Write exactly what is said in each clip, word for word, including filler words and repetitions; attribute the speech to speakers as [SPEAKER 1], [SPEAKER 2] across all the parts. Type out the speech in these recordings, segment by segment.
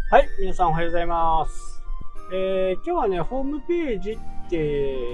[SPEAKER 1] はい、皆さんおはようございます。えー、今日はね、ホームページって、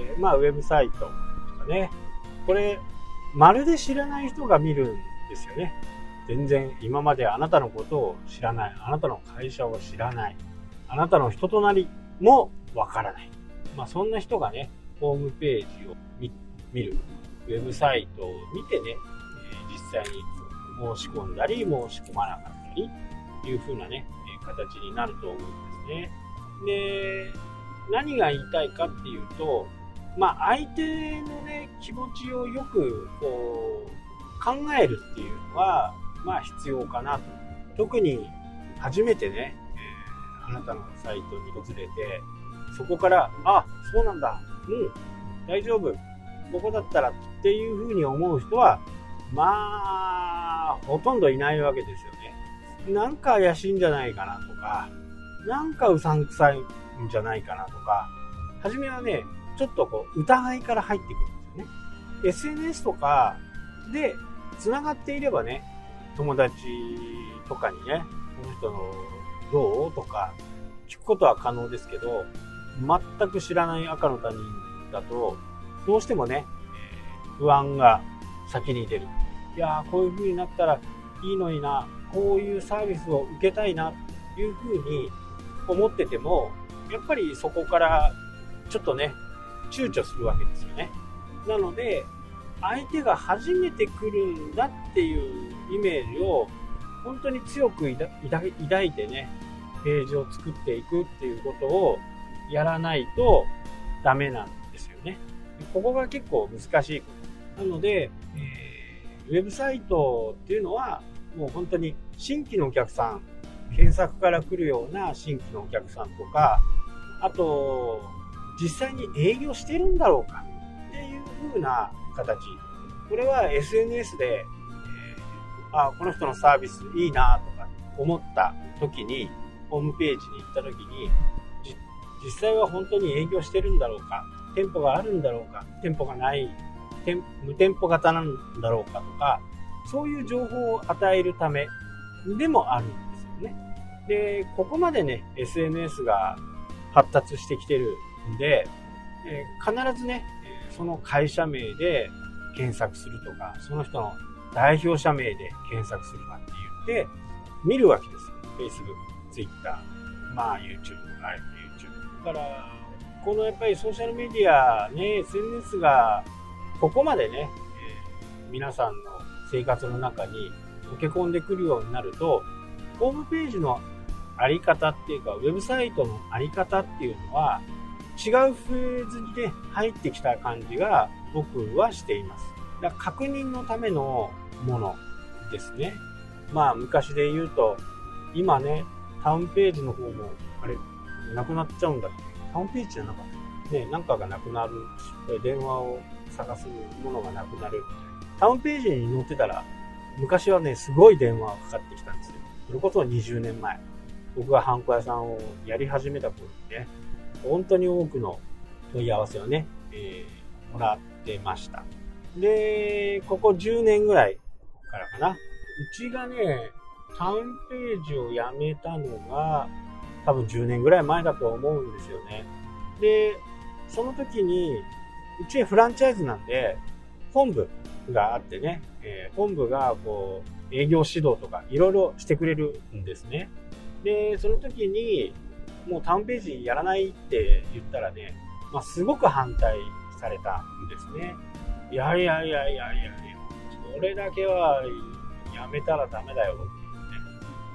[SPEAKER 1] まあ、ウェブサイトとかね、これ、まるで知らない人が見るんですよね。全然今まであなたのことを知らない、あなたの会社を知らない、あなたの人となりもわからない。まあ、そんな人がね、ホームページを 見, 見る、ウェブサイトを見てね、えー、実際に申し込んだり、申し込まなかったり、という風なね、形になると思うんですね。で、何が言いたいかっていうと、まあ、相手のね、気持ちをよくこう考えるっていうのは、まあ必要かなと。特に初めてね、えー、あなたのサイトに訪れて、そこから、あ、そうなんだ、うん、大丈夫、ここだったらっていう風に思う人は、まあ、ほとんどいないわけですよね。なんか怪しいんじゃないかなとか、なんかうさんくさいんじゃないかなとか、初めはね、ちょっとこう疑いから入ってくるんですよね。エスエヌエス とかで繋がっていればね、友達とかにね、この人のどうとか聞くことは可能ですけど、全く知らない赤の他人だと、どうしてもね、不安が先に出る。いやー、こういう風になったらいいのにな、こういうサービスを受けたいなというふうに思ってても、やっぱりそこからちょっとね、躊躇するわけですよね。なので、相手が初めて来るんだっていうイメージを本当に強く抱いてね、ページを作っていくっていうことをやらないとダメなんですよね。ここが結構難しいこと。なので、えー、ウェブサイトっていうのは、もう本当に新規のお客さん、検索から来るような新規のお客さんとか、あと実際に営業してるんだろうかっていう風な形。これは エスエヌエス で、えー、あ、この人のサービスいいなとか思った時に、ホームページに行った時に、実際は本当に営業してるんだろうか、店舗があるんだろうか、店舗がない、無店舗型なんだろうかとか、そういう情報を与えるためでもあるんですよね。で、ここまでね、エスエヌエス が発達してきてるんで、えー、必ずね、その会社名で検索するとか、その人の代表者名で検索するかって言って見るわけですよ。Facebook、Twitter、まあ YouTube、あれ YouTube。だから、このやっぱりソーシャルメディアね、エスエヌエス がここまでね、えー、皆さんの生活の中に溶け込んでくるようになると、ホームページのあり方っていうか、ウェブサイトのあり方っていうのは違うフェーズにね、入ってきた感じが僕はしています。だから確認のためのものですね。まあ昔で言うと、今ね、タウンページの方もあれなくなっちゃうんだっけ。タウンページじゃなかったね、なんかがなくなる、電話を探すものがなくなる。タウンページに載ってたら、昔はね、すごい電話がかかってきたんですよ。それこそにじゅうねんまえ。僕がハンコ屋さんをやり始めた頃にね、本当に多くの問い合わせをね、えー、もらってました。で、ここじゅうねんぐらいからかな。うちがね、タウンページをやめたのが、多分じゅうねんぐらい前だと思うんですよね。で、その時に、うちフランチャイズなんで、本部があってね、えー、本部がこう営業指導とかいろいろしてくれるんですね。で、その時にもうタウンページやらないって言ったらね、まあ、すごく反対されたんですね。いやいやいやいやいやいや、それだけはやめたらダメだよって。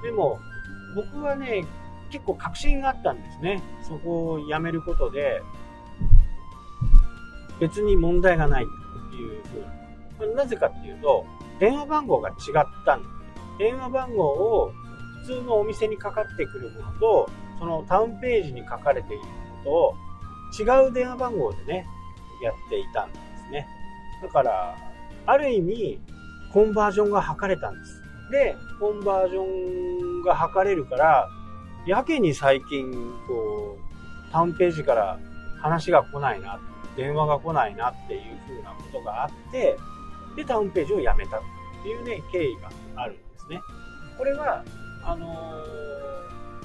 [SPEAKER 1] でも僕はね、結構確信があったんですね。そこをやめることで別に問題がないというふうな。なぜかっていうと、電話番号が違ったんです。電話番号を普通のお店にかかってくるものと、そのタウンページに書かれているものと違う電話番号でね、やっていたんですね。だからある意味コンバージョンが図れたんです。で、コンバージョンが図れるから、やけに最近こうタウンページから話が来ないな、電話が来ないなっていう風なことがあって、でタウンページをやめたっていうね、経緯があるんですね。これはあのー、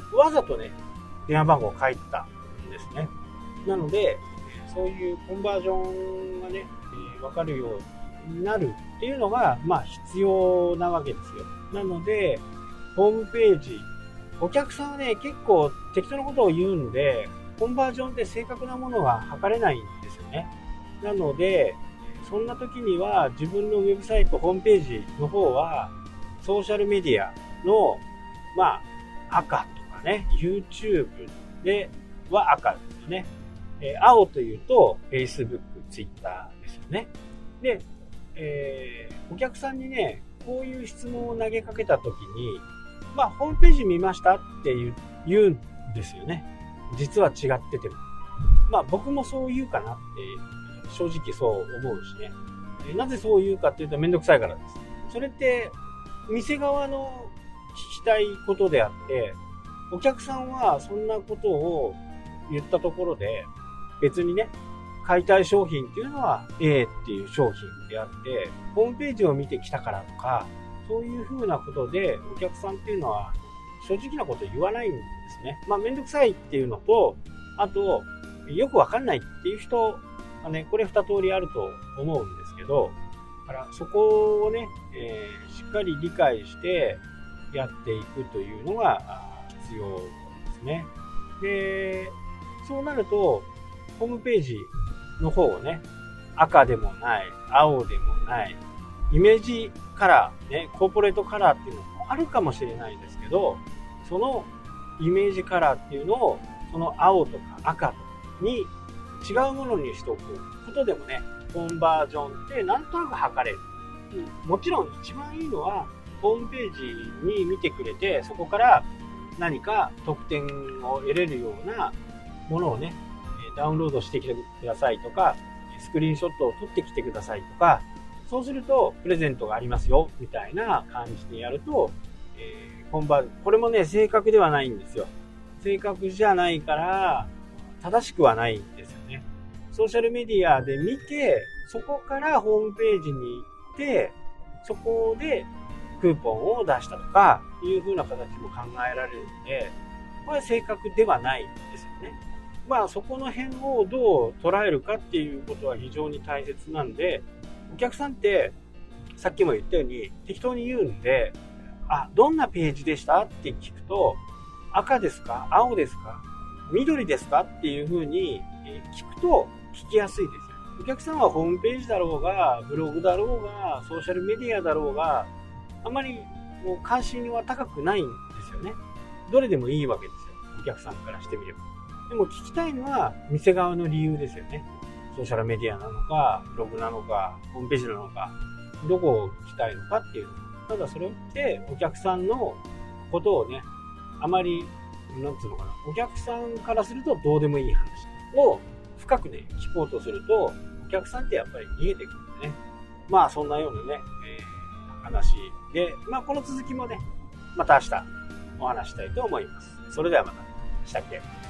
[SPEAKER 1] わざとね、電話番号を書いたんですね。なので、そういうコンバージョンがね、えー、分かるようになるっていうのが、まあ必要なわけですよ。なので、ホームページ、お客さんはね、結構適当なことを言うんで、コンバージョンって正確なものが測れないんですよね。なので、そんな時には自分のウェブサイト、ホームページの方は、ソーシャルメディアの、まあ、赤とかね、YouTube では赤ですよね。えー、青というと Facebook、Twitter ですよね。で、えー、お客さんにね、こういう質問を投げかけたときに、まあ、ホームページ見ましたって言う、言うんですよね。実は違ってても。まあ、僕もそう言うかなって正直そう思うしね。えー、なぜそう言うかっていうとめんどくさいからです。それって店側の聞きたいことであって、お客さんはそんなことを言ったところで、別にね、買いたい商品っていうのは A っていう商品であって、ホームページを見てきたからとか、そういう風なことでお客さんっていうのは正直なこと言わないんですね。まあめんどくさいっていうのと、あと、よくわかんないっていう人はね、これ二通りあると思うんですけど、だからそこをね、えー、しっかり理解してやっていくというのが必要ですね。で、そうなると、ホームページの方をね、赤でもない、青でもない、イメージカラー、ね、コーポレートカラーっていうのもあるかもしれないんですけど、そのイメージカラーっていうのを、その青とか赤に違うものにしておくことでもね、コンバージョンってなんとなく測れる。もちろん一番いいのは、ホームページに見てくれて、そこから何か得点を得れるようなものをね、ダウンロードしてきてくださいとか、スクリーンショットを撮ってきてくださいとか、そうするとプレゼントがありますよみたいな感じでやると、えー、コンバージョン、これもね正確ではないんですよ。正確じゃないから正しくはないんですよね。ソーシャルメディアで見て、そこからホームページに行って、そこでクーポンを出したとかいう風な形も考えられるので、これは正確ではないんですよね。まあそこの辺をどう捉えるかっていうことは非常に大切なんで、お客さんってさっきも言ったように適当に言うんで、あ、どんなページでしたって聞くと、赤ですか？青ですか？緑ですか？っていう風に聞くと聞きやすいですよ。お客さんはホームページだろうが、ブログだろうが、ソーシャルメディアだろうが、あまりもう関心は高くないんですよね。どれでもいいわけですよ。お客さんからしてみれば。でも聞きたいのは店側の理由ですよね。ソーシャルメディアなのか、ブログなのか、ホームページなのか、どこを聞きたいのかっていう。ただそれってお客さんのことをね、あまり、なんつうのかな、お客さんからするとどうでもいい話を深くね、聞こうとすると、お客さんってやっぱり逃げてくるんでね。まあそんなようなね、えー、話で、まあこの続きもね、また明日お話したいと思います。それではまた。したっけ